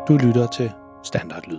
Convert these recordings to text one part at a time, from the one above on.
Du lytter til Standardlyd.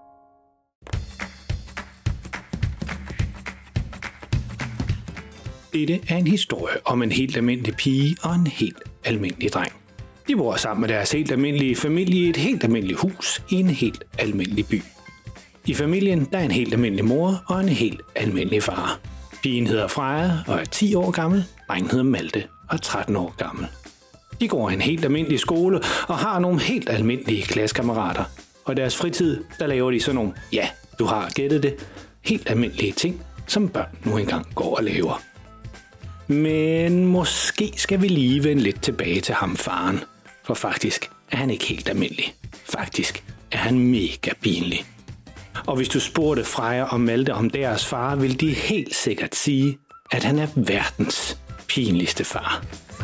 Dette er en historie om en helt almindelig pige og en helt almindelig dreng. De bor sammen med deres helt almindelige familie i et helt almindeligt hus i en helt almindelig by. I familien der er en helt almindelig mor og en helt almindelig far. Pigen hedder Freja og er 10 år gammel, drengen hedder Malte og er 13 år gammel. De går i en helt almindelig skole og har nogle helt almindelige klassekammerater. Og i deres fritid, der laver de sådan nogle, ja, du har gættet det, helt almindelige ting, som børn nu engang går og laver. Men måske skal vi lige vende lidt tilbage til ham faren. For faktisk er han ikke helt almindelig. Faktisk er han mega pinlig. Og hvis du spurgte Freja og Malte om deres far, vil de helt sikkert sige, at han er verdens pinligste far.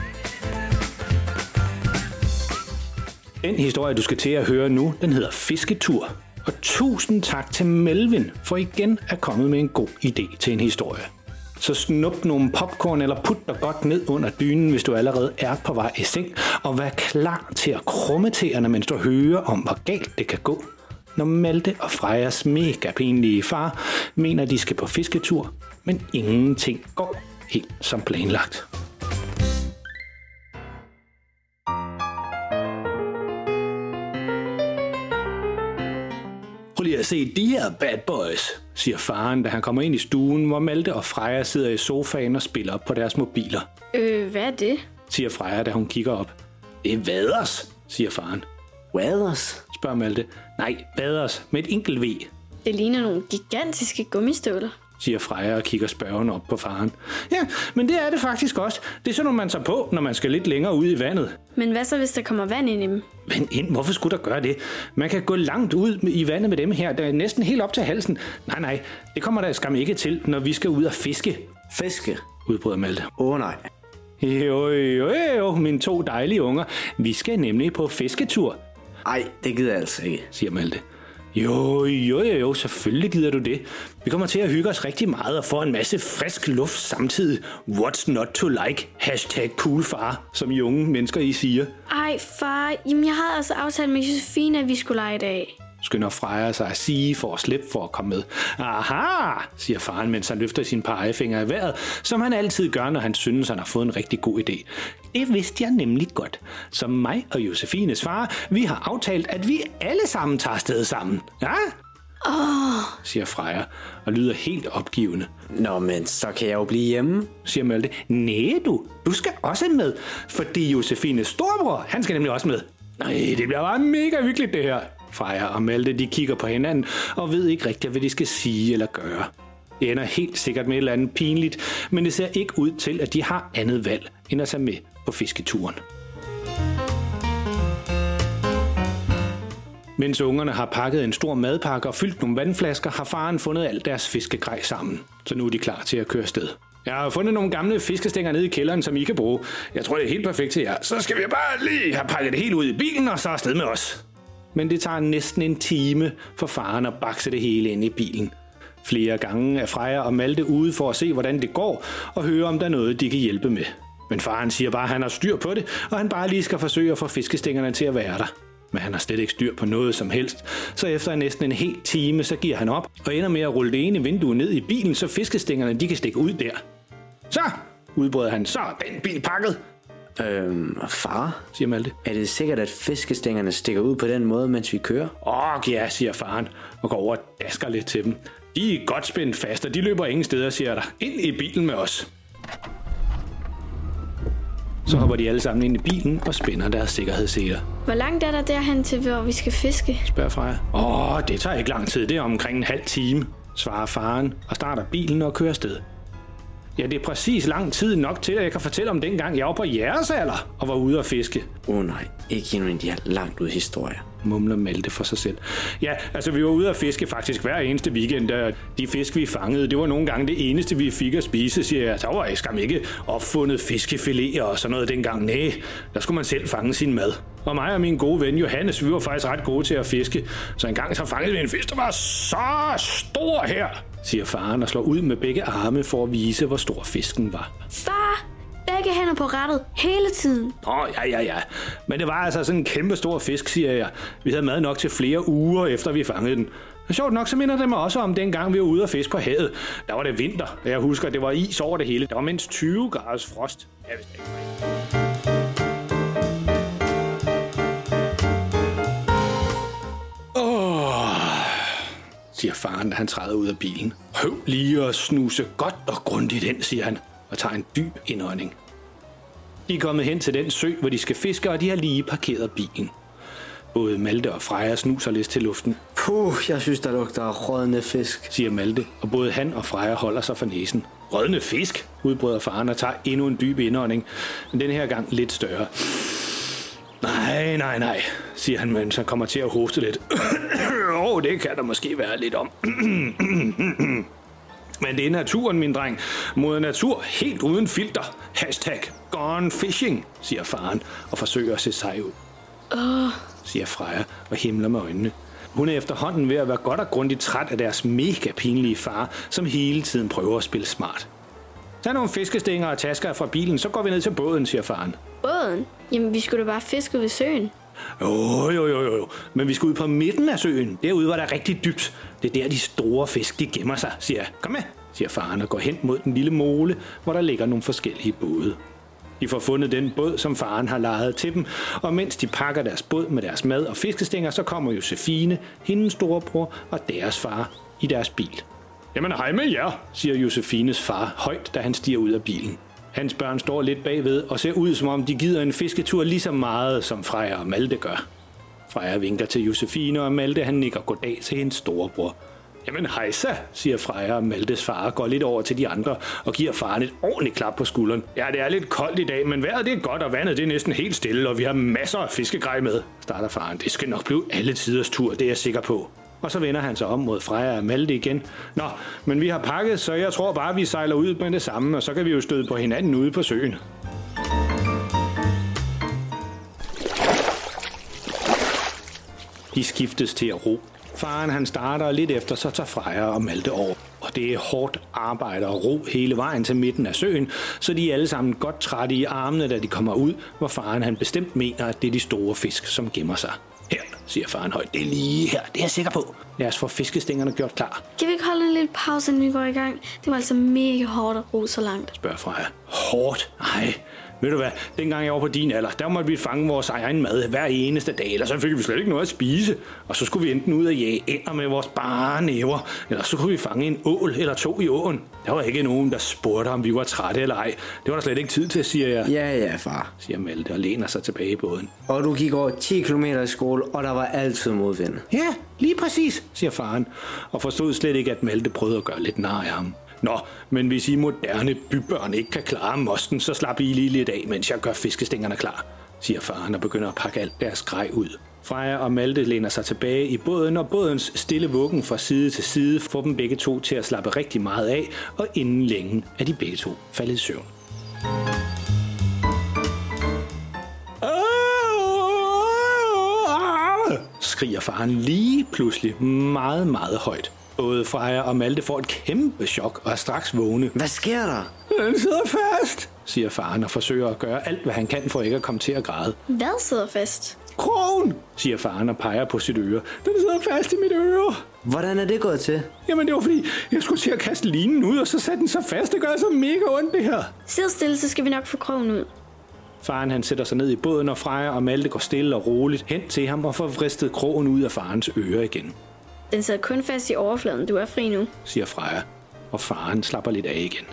Den historie, du skal til at høre nu, den hedder Fisketur. Og tusind tak til Melvin for igen at komme med en god idé til en historie. Så snup nogle popcorn eller put dig godt ned under dynen, hvis du allerede er på vej i seng, og vær klar til at krumme tæerne, mens du hører om, hvor galt det kan gå, når Malte og Frejas mega pinlige far mener, de skal på fisketur, men ingenting går helt som planlagt. Prøv lige at se de her bad boys, siger faren, da han kommer ind i stuen, hvor Malte og Freja sidder i sofaen og spiller op på deres mobiler. Hvad er det? Siger Freja, da hun kigger op. Det er vaders, siger faren. Vaders? Spørger Malte. Nej, vaders med et enkelt V. Det ligner nogle gigantiske gummistøvler, siger Freja og kigger spørgende op på faren. Ja, men det er det faktisk også. Det er sådan noget, man tager på, når man skal lidt længere ud i vandet. Men hvad så, hvis der kommer vand ind i dem? Vand ind? Hvorfor skulle der gøre det? Man kan gå langt ud i vandet med dem her. Der er næsten helt op til halsen. Nej, det kommer der skam ikke til, når vi skal ud og fiske. Fiske? Udbryder Malte. Nej. Jo, mine 2 dejlige unger. Vi skal nemlig på fisketur. Ej, det gider jeg altså ikke, siger Malte. Jo, selvfølgelig gider du det. Vi kommer til at hygge os rigtig meget og få en masse frisk luft samtidig. What's not to like? #coolfar, som I unge mennesker I siger. Ej, far, jamen jeg havde altså aftalt med Josefine, at vi skulle lege i dag. Skynder Freja sig at sige for at slippe for at komme med. Aha, siger faren, mens han løfter sin pegefinger i vejret, som han altid gør, når han synes, han har fået en rigtig god idé. Det vidste jeg nemlig godt. Så mig og Josefines far, vi har aftalt, at vi alle sammen tager afsted sammen. Ja? Siger Freja og lyder helt opgivende. Nå, men så kan jeg jo blive hjemme, siger Malte. Næh du skal også med, fordi Josefines storebror, han skal nemlig også med. Nej, det bliver bare mega hyggeligt det her. Freja og Malte, de kigger på hinanden og ved ikke rigtigt, hvad de skal sige eller gøre. Det ender helt sikkert med et eller andet pinligt, men det ser ikke ud til, at de har andet valg, end at tage med på fisketuren. Mens ungerne har pakket en stor madpakke og fyldt nogle vandflasker, har faren fundet alt deres fiskegrej sammen. Så nu er de klar til at køre afsted. Jeg har fundet nogle gamle fiskestænger nede i kælderen, som I kan bruge. Jeg tror, det er helt perfekt til jer. Så skal vi bare lige have pakket det helt ud i bilen og så afsted med os. Men det tager næsten en time for faren at bakse det hele ind i bilen. Flere gange er Freja og Malte ude for at se, hvordan det går, og høre, om der er noget, de kan hjælpe med. Men faren siger bare, at han har styr på det, og han bare lige skal forsøge at få fiskestængerne til at være der. Men han har slet ikke styr på noget som helst, så efter næsten en hel time, så giver han op, og ender med at rulle det ene vindue ned i bilen, så fiskestængerne de kan stikke ud der. Så, udbryder han, så er den bil pakket. Far, siger Malte. Er det sikkert, at fiskestængerne stikker ud på den måde, mens vi kører? Ja, siger faren, og går over og dasker lidt til dem. De er godt spændt fast, og de løber ingen steder, siger der. Ind i bilen med os. Så hopper de alle sammen ind i bilen og spænder deres sikkerhedsseler. Hvor langt er der derhen til, hvor vi skal fiske? Spørger Freja. Det tager ikke lang tid, det er omkring en halv time, svarer faren og starter bilen og kører afsted. Ja, det er præcis lang tid nok til, at jeg kan fortælle om dengang, jeg var på jeres alder og var ude at fiske. Nej, ikke endnu en de her langt ud historier, mumler Malte for sig selv. Ja, altså vi var ude at fiske faktisk hver eneste weekend, og de fisk vi fangede, det var nogle gange det eneste vi fik at spise, siger jeg. Der var jeg skam ikke opfundet fiskefiléer og sådan noget dengang. Næh, der skulle man selv fange sin mad. Og mig og min gode ven Johannes, vi var faktisk ret gode til at fiske, så en gang så fangede vi en fisk, der var så stor her, siger faren og slår ud med begge arme for at vise, hvor stor fisken var. Far, begge begge hænder på rattet hele tiden. Ja. Men det var altså sådan en kæmpe stor fisk, siger jeg. Vi havde mad nok til flere uger, efter vi fangede den. Og sjovt nok, så minder det mig også om dengang, vi var ude at fiske på havet. Der var det vinter, og jeg husker, at det var is over det hele. Der var mindst 20 graders frost. Jeg vidste ikke. Siger faren, da han træder ud af bilen. Prøv lige at snuse godt og grundigt ind, siger han, og tager en dyb indånding. De er kommet hen til den sø, hvor de skal fiske, og de har lige parkeret bilen. Både Malte og Freja snuser lidt til luften. Jeg synes, der lugter af rådne fisk, siger Malte, og både han og Freja holder sig for næsen. Rådne fisk, udbryder faren og tager endnu en dyb indånding, men den her gang lidt større. Nej, siger han, mens han kommer til at hoste lidt. Det kan der måske være lidt om. Men det er naturen, min dreng. Moder natur, helt uden filter. #gone fishing, siger faren og forsøger at se sej ud. Siger Freja og himler med øjnene. Hun er efterhånden ved at være godt og grundigt træt af deres mega pinlige far, som hele tiden prøver at spille smart. Tag nogle fiskestænger og tasker fra bilen, så går vi ned til båden, siger faren. Båden? Jamen, vi skulle da bare fiske ved søen. Jo. Men vi skal ud på midten af søen. Derude var der rigtig dybt. Det er der, de store fisk, de gemmer sig, siger jeg. Kom med, siger faren og går hen mod den lille mole, hvor der ligger nogle forskellige både. De får fundet den båd, som faren har lejet til dem, og mens de pakker deres båd med deres mad og fiskestænger, så kommer Josefine, hendes storebror og deres far i deres bil. Jamen hej med jer, siger Josefines far højt, da han stiger ud af bilen. Hans børn står lidt bagved og ser ud, som om de gider en fisketur lige så meget, som Freja og Malte gør. Freja vinker til Josefine, og Malte han nikker goddag til hendes storebror. Jamen hejsa, siger Freja, og Maltes far går lidt over til de andre og giver faren et ordentligt klap på skulderen. Ja, det er lidt koldt i dag, men vejret det er godt, og vandet det er næsten helt stille, og vi har masser af fiskegrej med, starter faren. Det skal nok blive alle tiders tur, det er jeg sikker på. Og så vender han sig om mod Freja og Malte igen. Nå, men vi har pakket, så jeg tror bare, vi sejler ud med det samme, og så kan vi jo støde på hinanden ude på søen. De skiftes til at ro. Faren han starter lidt efter, så tager Freja og Malte over. Og det er hårdt arbejde at ro hele vejen til midten af søen, så de er alle sammen godt trætte i armene, da de kommer ud, hvor faren han bestemt mener, at det er de store fisk, som gemmer sig. Her, siger faren højt. Det er lige her, det er jeg sikker på. Lad os få fiskestængerne gjort klar. Kan vi ikke holde en lille pause, inden vi går i gang? Det var altså mega hårdt at ro så langt. Spørger Freja. Hårdt? Nej. Ved du hvad, dengang jeg var på din alder, der måtte vi fange vores egen mad hver eneste dag, eller så fik vi slet ikke noget at spise. Og så skulle vi enten ud og jage ænder med vores bare næver, eller så kunne vi fange en ål eller to i åen. Der var ikke nogen, der spurgte, om vi var trætte eller ej. Det var der slet ikke tid til, siger jeg. Ja, far, siger Malte og læner sig tilbage i båden. Og du gik over 10 kilometer i skole, og der var altid modvind. Ja, lige præcis, siger faren, og forstod slet ikke, at Malte prøvede at gøre lidt nar af ham. Nå, men hvis I moderne bybørn ikke kan klare mosten, så slap I lige lidt af, mens jeg gør fiskestængerne klar, siger faren og begynder at pakke alt deres grej ud. Freja og Malte læner sig tilbage i båden, og bådens stille vuggen fra side til side får dem begge to til at slappe rigtig meget af, og inden længe er de begge to faldet i søvn. Skriger faren lige pludselig meget, meget højt. Både Freja og Malte får et kæmpe chok og er straks vågne. Hvad sker der? Den sidder fast, siger faren og forsøger at gøre alt, hvad han kan for ikke at komme til at græde. Hvad sidder fast? Krogen, siger faren og peger på sit øre. Den sidder fast i mit øre. Hvordan er det gået til? Jamen det var fordi, jeg skulle til at kaste linen ud, og så satte den så fast. Det gør så mega ondt det her. Sid stille, så skal vi nok få krogen ud. Faren han sætter sig ned i båden, og Freja og Malte går stille og roligt hen til ham og får vristet krogen ud af farens øre igen. Den sidder kun fast i overfladen. Du er fri nu, siger Freja, og faren slapper lidt af igen.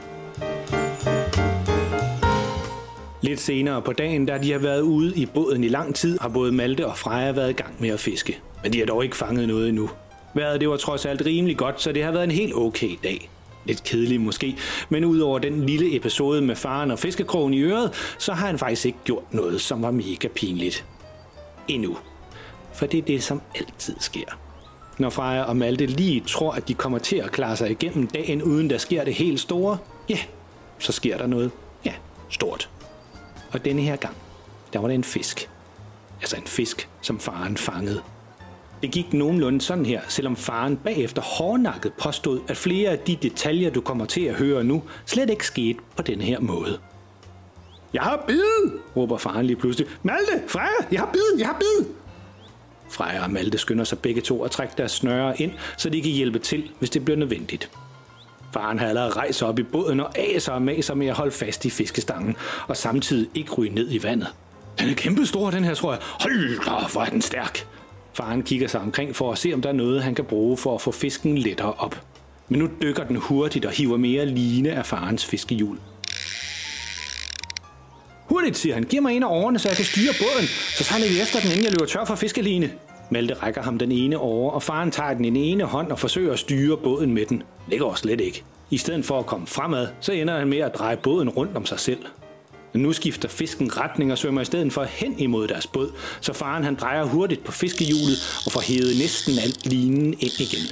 Lidt senere på dagen, da de har været ude i båden i lang tid, har både Malte og Freja været i gang med at fiske. Men de har dog ikke fanget noget endnu. Vejret det var trods alt rimelig godt, så det har været en helt okay dag. Lidt kedelig måske, men udover den lille episode med faren og fiskekrogen i øret, så har han faktisk ikke gjort noget, som var mega pinligt. Endnu. For det er det, som altid sker. Når Freja og Malte lige tror, at de kommer til at klare sig igennem dagen, uden der sker det helt store, ja, så sker der noget, ja, stort. Og denne her gang, der var det en fisk. Altså en fisk, som faren fangede. Det gik nogenlunde sådan her, selvom faren bagefter hårdnakket påstod, at flere af de detaljer, du kommer til at høre nu, slet ikke skete på denne her måde. Jeg har bid, råber faren lige pludselig. Malte, Freja, jeg har bid. Freja og Malte skynder sig begge to at trække deres snøre ind, så de kan hjælpe til, hvis det bliver nødvendigt. Faren har allerede rejst sig op i båden og aser og maser med at holde fast i fiskestangen, og samtidig ikke ryge ned i vandet. Den er kæmpestor, den her, tror jeg. Hold da, hvor er den stærk. Faren kigger sig omkring for at se, om der er noget, han kan bruge for at få fisken lettere op. Men nu dykker den hurtigt og hiver mere line af farens fiskehjul. Hurtigt, siger han. Giv mig en af årene, så jeg kan styre båden. Så sejler vi efter den, inden jeg løber tør for fiskeline. Malte rækker ham den ene åre, og faren tager den i den ene hånd og forsøger at styre båden med den. Det går slet ikke. I stedet for at komme fremad, så ender han med at dreje båden rundt om sig selv. Men nu skifter fisken retning og svømmer i stedet for hen imod deres båd, så faren han drejer hurtigt på fiskehjulet og får hævet næsten alt linen ind igen.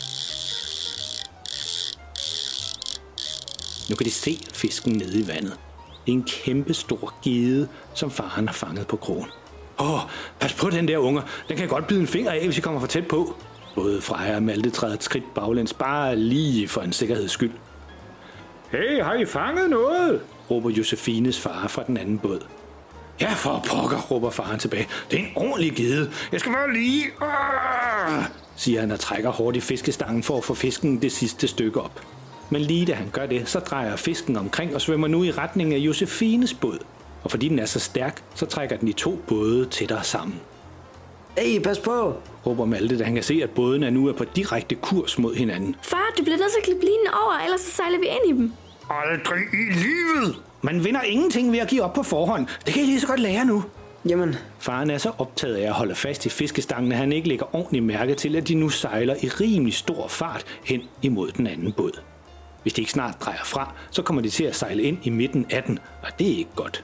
Nu kan de se fisken nede i vandet. Det er en kæmpe stor gede, som faren har fanget på krogen. Pas på den der unger. Den kan godt bide en finger af, hvis I kommer for tæt på. Både Freja og Malte træder et skridt baglæns, bare lige for en sikkerheds skyld. Hey, har I fanget noget? Råber Josefines far fra den anden båd. Ja, for pokker, råber faren tilbage. Det er en ordentlig gede. Jeg skal bare lige... siger han og trækker hårdt i fiskestangen for at få fisken det sidste stykke op. Men lige da han gør det, så drejer fisken omkring og svømmer nu i retning af Josefines båd. Og fordi den er så stærk, så trækker den de to både tættere sammen. Hey, pas på, råber Malte, da han kan se, at bådene nu er på direkte kurs mod hinanden. Far, du bliver nødt til at klippe linen over, ellers så sejler vi ind i dem. Aldrig i livet! Man vinder ingenting ved at give op på forhånd. Det kan I lige så godt lære nu. Jamen. Faren er så optaget af at holde fast i fiskestangen, at han ikke lægger ordentligt mærke til, at de nu sejler i rimelig stor fart hen imod den anden båd. Hvis de ikke snart drejer fra, så kommer de til at sejle ind i midten af den, og det er ikke godt.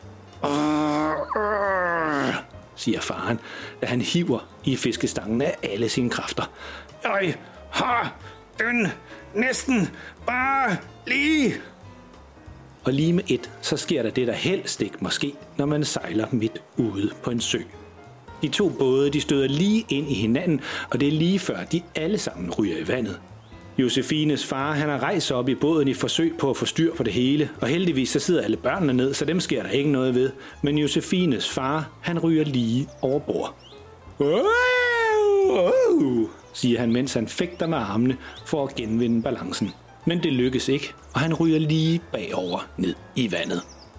Siger faren, da han hiver i fiskestangen af alle sine kræfter. Jeg har den næsten bare lige. Og lige med et, så sker der det, der helst ikke må ske, når man sejler midt ude på en sø. De to både, de støder lige ind i hinanden, og det er lige før, de alle sammen ryger i vandet. Josefines far, han har rejst op i båden i forsøg på at få styr på det hele, og heldigvis så sidder alle børnene ned, så dem sker der ikke noget ved. Men Josefines far, han ryger lige over bord. Siger han, mens han fægter med armene for at genvinde balancen. Men det lykkes ikke, og han ryger lige bagover ned i vandet.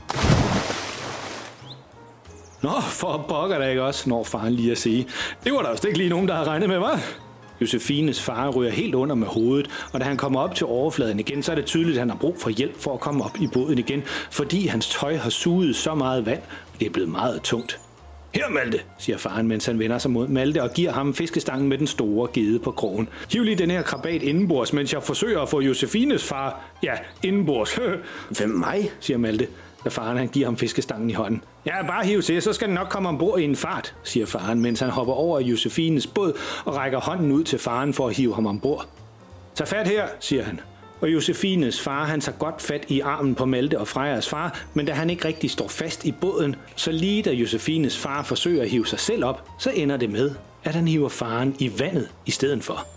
Nå, for pokker der ikke også, når faren lige at sige. Det var der jo ikke lige nogen, der havde regnet med, hva'? Josefines far ryger helt under med hovedet, og da han kommer op til overfladen igen, så er det tydeligt, at han har brug for hjælp for at komme op i båden igen, fordi hans tøj har suget så meget vand, og det er blevet meget tungt. Her, Malte, siger faren, mens han vender sig mod Malte og giver ham fiskestangen med den store gede på krogen. Hiv lige den her krabat indenbords, mens jeg forsøger at få Josefines far, indenbords. Hvem mig? Siger Malte, da faren han giver ham fiskestangen i hånden. Ja, bare hiv til, så skal den nok komme ombord i en fart, siger faren, mens han hopper over Josefines båd og rækker hånden ud til faren for at hive ham ombord. Tag fat her, siger han. Og Josefines far, han tager godt fat i armen på Malte og Frejas far, men da han ikke rigtig står fast i båden, så lige da Josefines far forsøger at hive sig selv op, så ender det med, at han hiver faren i vandet i stedet for.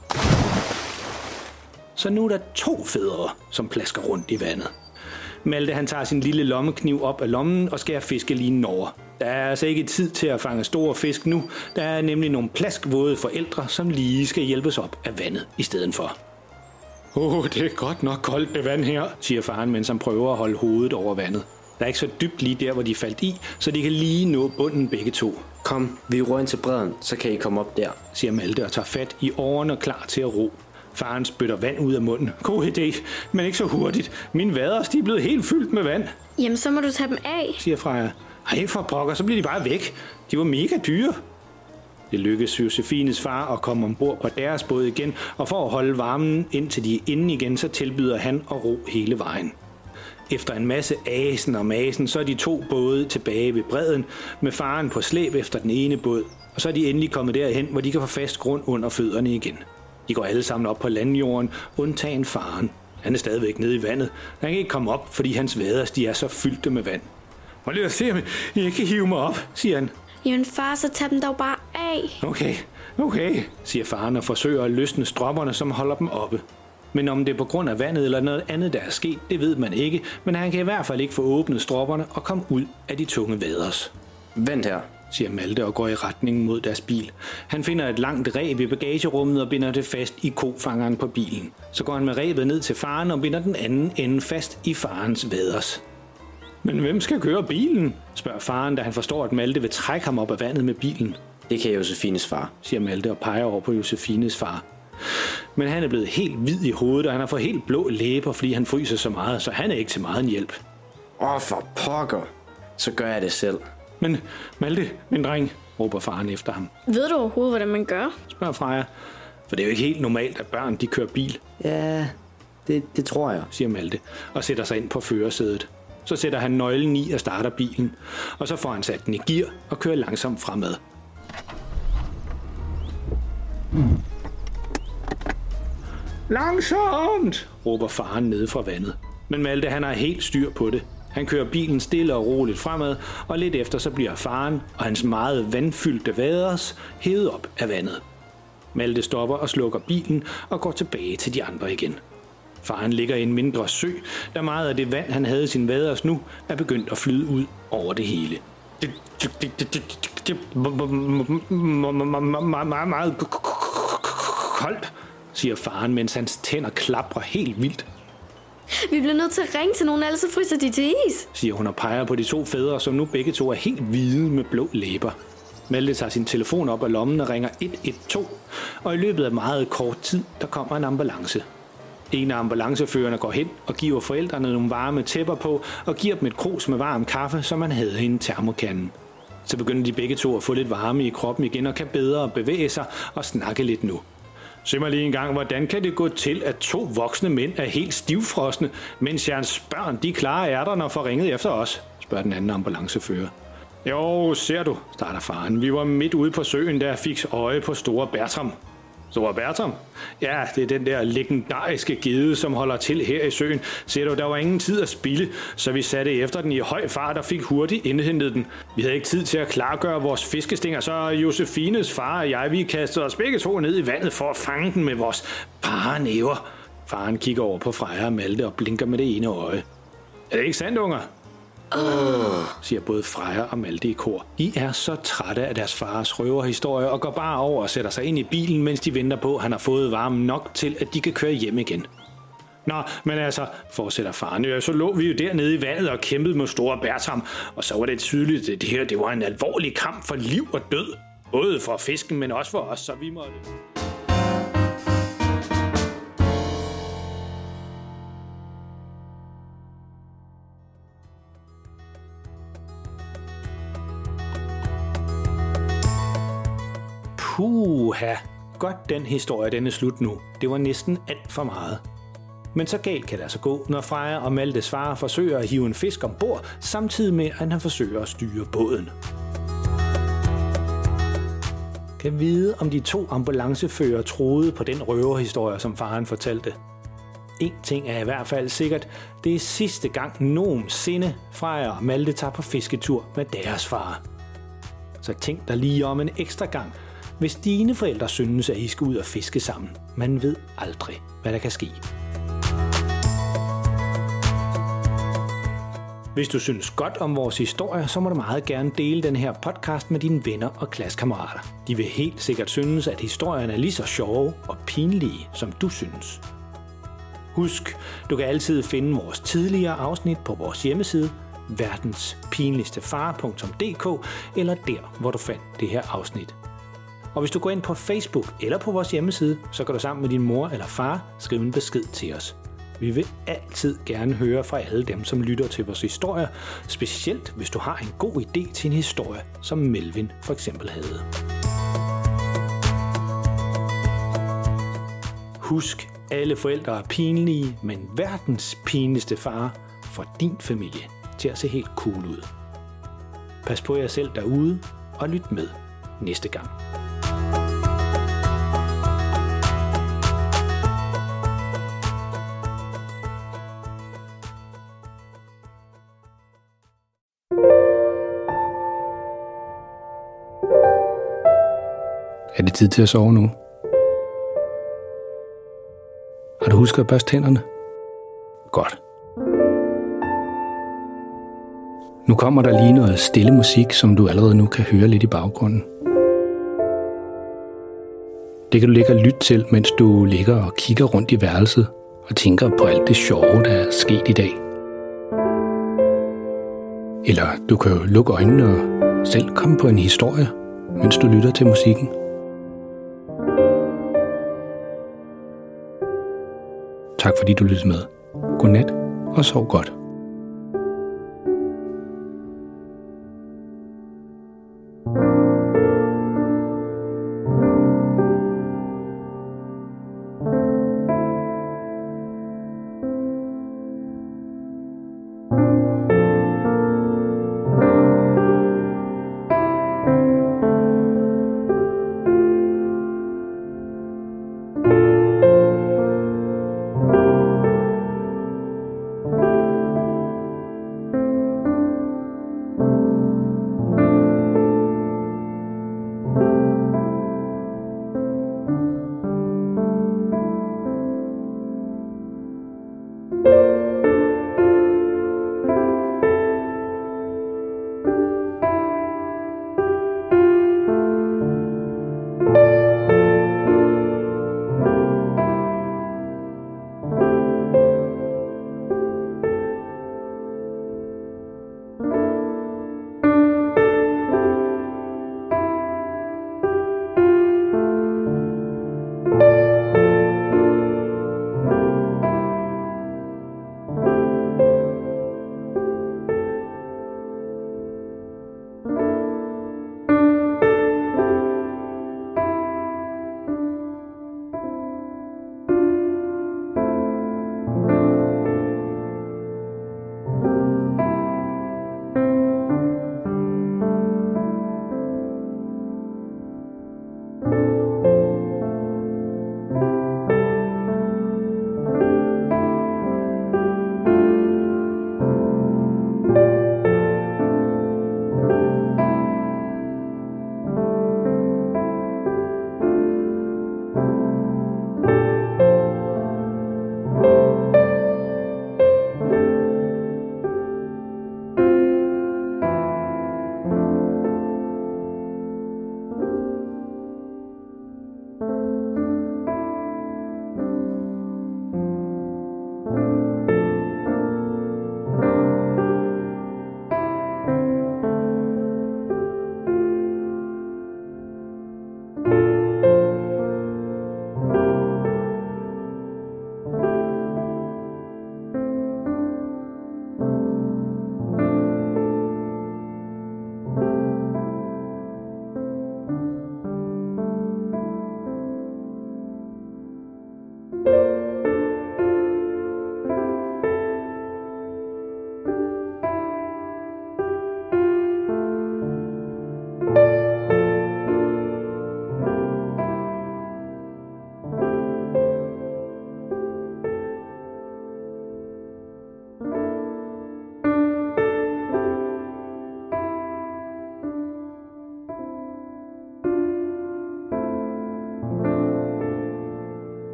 Så nu er der 2 fædre, som plasker rundt i vandet. Malte han tager sin lille lommekniv op af lommen og skærer fiskelinen over. Der er altså ikke tid til at fange store fisk nu. Der er nemlig nogle plaskvåde forældre, som lige skal hjælpes op af vandet i stedet for. Det er godt nok koldt det vand her, siger faren, mens han prøver at holde hovedet over vandet. Der er ikke så dybt lige der, hvor de faldt i, så de kan lige nå bunden begge to. Kom, vi ror ind til bredden, så kan I komme op der, siger Malte og tager fat i årene og klar til at ro. Faren spytter vand ud af munden. God idé, men ikke så hurtigt. Mine vader er blevet helt fyldt med vand. Jamen, så må du tage dem af, siger Freja. Ej, for pokker, så bliver de bare væk. De var mega dyre. Det lykkes Josefines far at komme ombord på deres båd igen, og for at holde varmen indtil de er inde igen, så tilbyder han at ro hele vejen. Efter en masse asen og masen, så er de 2 både tilbage ved bredden, med faren på slæb efter den ene båd, og så er de endelig kommet derhen, hvor de kan få fast grund under fødderne igen. De går alle sammen op på landjorden, undtagen faren. Han er stadigvæk nede i vandet. Han kan ikke komme op, fordi hans vader de er så fyldte med vand. Må lige se, om I kan hive mig op, siger han. Jamen far, så tag dem dog bare af. Okay, siger faren og forsøger at løsne stropperne, som holder dem oppe. Men om det er på grund af vandet eller noget andet, der er sket, det ved man ikke, men han kan i hvert fald ikke få åbnet stropperne og komme ud af de tunge vaders. Vent her, siger Malte og går i retning mod deres bil. Han finder et langt reb i bagagerummet og binder det fast i kofangeren på bilen. Så går han med rebet ned til faren og binder den anden ende fast i farens vaders. Men hvem skal køre bilen? Spørger faren, da han forstår, at Malte vil trække ham op af vandet med bilen. Det kan Josefines far, siger Malte og peger over på Josefines far. Men han er blevet helt hvid i hovedet, og han har fået helt blå læber, fordi han fryser så meget, så han er ikke til meget en hjælp. For pokker, så gør jeg det selv. Men Malte, min dreng, råber faren efter ham. Ved du overhovedet, hvordan man gør? Spørger Freja. For det er jo ikke helt normalt, at børn de kører bil. Ja, det tror jeg, siger Malte og sætter sig ind på førersædet. Så sætter han nøglen i og starter bilen, og så får han sat den i gear og kører langsomt fremad. Langsomt, råber faren nede fra vandet. Men Malte han har helt styr på det. Han kører bilen stille og roligt fremad, og lidt efter så bliver faren og hans meget vandfyldte vaders hævet op af vandet. Malte stopper og slukker bilen og går tilbage til de andre igen. Faren ligger i en mindre sø, da meget af det vand, han havde i sin vaders nu, er begyndt at flyde ud over det hele. Det meget koldt, siger faren, mens hans tænder klapper helt vildt. Vi bliver nødt til at ringe til nogen, ellers så fryser de til is, siger hun og peger på de to fædre, som nu begge to er helt hvide med blå læber. Malte tager sin telefon op af lommen og ringer 112, og i løbet af meget kort tid, der kommer en ambulance. En af ambulanceførerne går hen og giver forældrene nogle varme tæpper på og giver dem et krus med varm kaffe, som man havde i en termokande. Så begynder de begge to at få lidt varme i kroppen igen og kan bedre bevæge sig og snakke lidt nu. Se mig lige en gang, hvordan kan det gå til, at 2 voksne mænd er helt stivfrosne, mens jeres børn de klarer ærterne og får ringet efter os, spørger den anden ambulancefører. Jo, ser du, starter faren. Vi var midt ude på søen, der fik øje på Store Bertram. Store Bertram? Ja, det er den der legendariske gede, som holder til her i søen. Ser du, der var ingen tid at spilde, så vi satte efter den i høj fart og fik hurtigt indhentet den. Vi havde ikke tid til at klargøre vores fiskestænger, så Josefines far og jeg, vi kastede os begge to ned i vandet for at fange den med vores bare næver. Faren kigger over på Freja og Malte og blinker med det ene øje. Er det ikke sandt, unger? Siger både Freja og Malte i kor. De er så trætte af deres fars røverhistorie og går bare over og sætter sig ind i bilen, mens de venter på, at han har fået varme nok til, at de kan køre hjem igen. Nå, men altså, fortsætter faren, så lå vi jo dernede i vandet og kæmpede mod Store Bertram, og så var det tydeligt, at det her det var en alvorlig kamp for liv og død. Både for fisken, men også for os, så vi måtte... Puha, godt den historie, den er slut nu. Det var næsten alt for meget. Men så galt kan det altså gå, når Freja og Maltes far forsøger at hive en fisk ombord, samtidig med, at han forsøger at styre båden. Kan vide, om de 2 ambulancefører troede på den røverhistorie, som faren fortalte. En ting er i hvert fald sikkert, det er sidste gang nogensinde Freja og Malte tager på fisketur med deres far. Så tænk dig lige om en ekstra gang, hvis dine forældre synes, at I skal ud og fiske sammen. Man ved aldrig, hvad der kan ske. Hvis du synes godt om vores historie, så må du meget gerne dele den her podcast med dine venner og klassekammerater. De vil helt sikkert synes, at historien er lige så sjove og pinlige, som du synes. Husk, du kan altid finde vores tidligere afsnit på vores hjemmeside, verdenspinligstefar.dk, eller der, hvor du fandt det her afsnit. Og hvis du går ind på Facebook eller på vores hjemmeside, så kan du sammen med din mor eller far skrive en besked til os. Vi vil altid gerne høre fra alle dem, som lytter til vores historier, specielt hvis du har en god idé til en historie, som Melvin for eksempel havde. Husk, alle forældre er pinlige, men verdens pinligste far får din familie til at se helt cool ud. Pas på jer selv derude, og lyt med næste gang. Er det tid til at sove nu? Har du husket at børste tænderne? Godt. Nu kommer der lige noget stille musik, som du allerede nu kan høre lidt i baggrunden. Det kan du ligge og lytte til, mens du ligger og kigger rundt i værelset og tænker på alt det sjove, der er sket i dag. Eller du kan jo lukke øjnene og selv komme på en historie, mens du lytter til musikken. Tak fordi du lyttede med. Godnat og sov godt.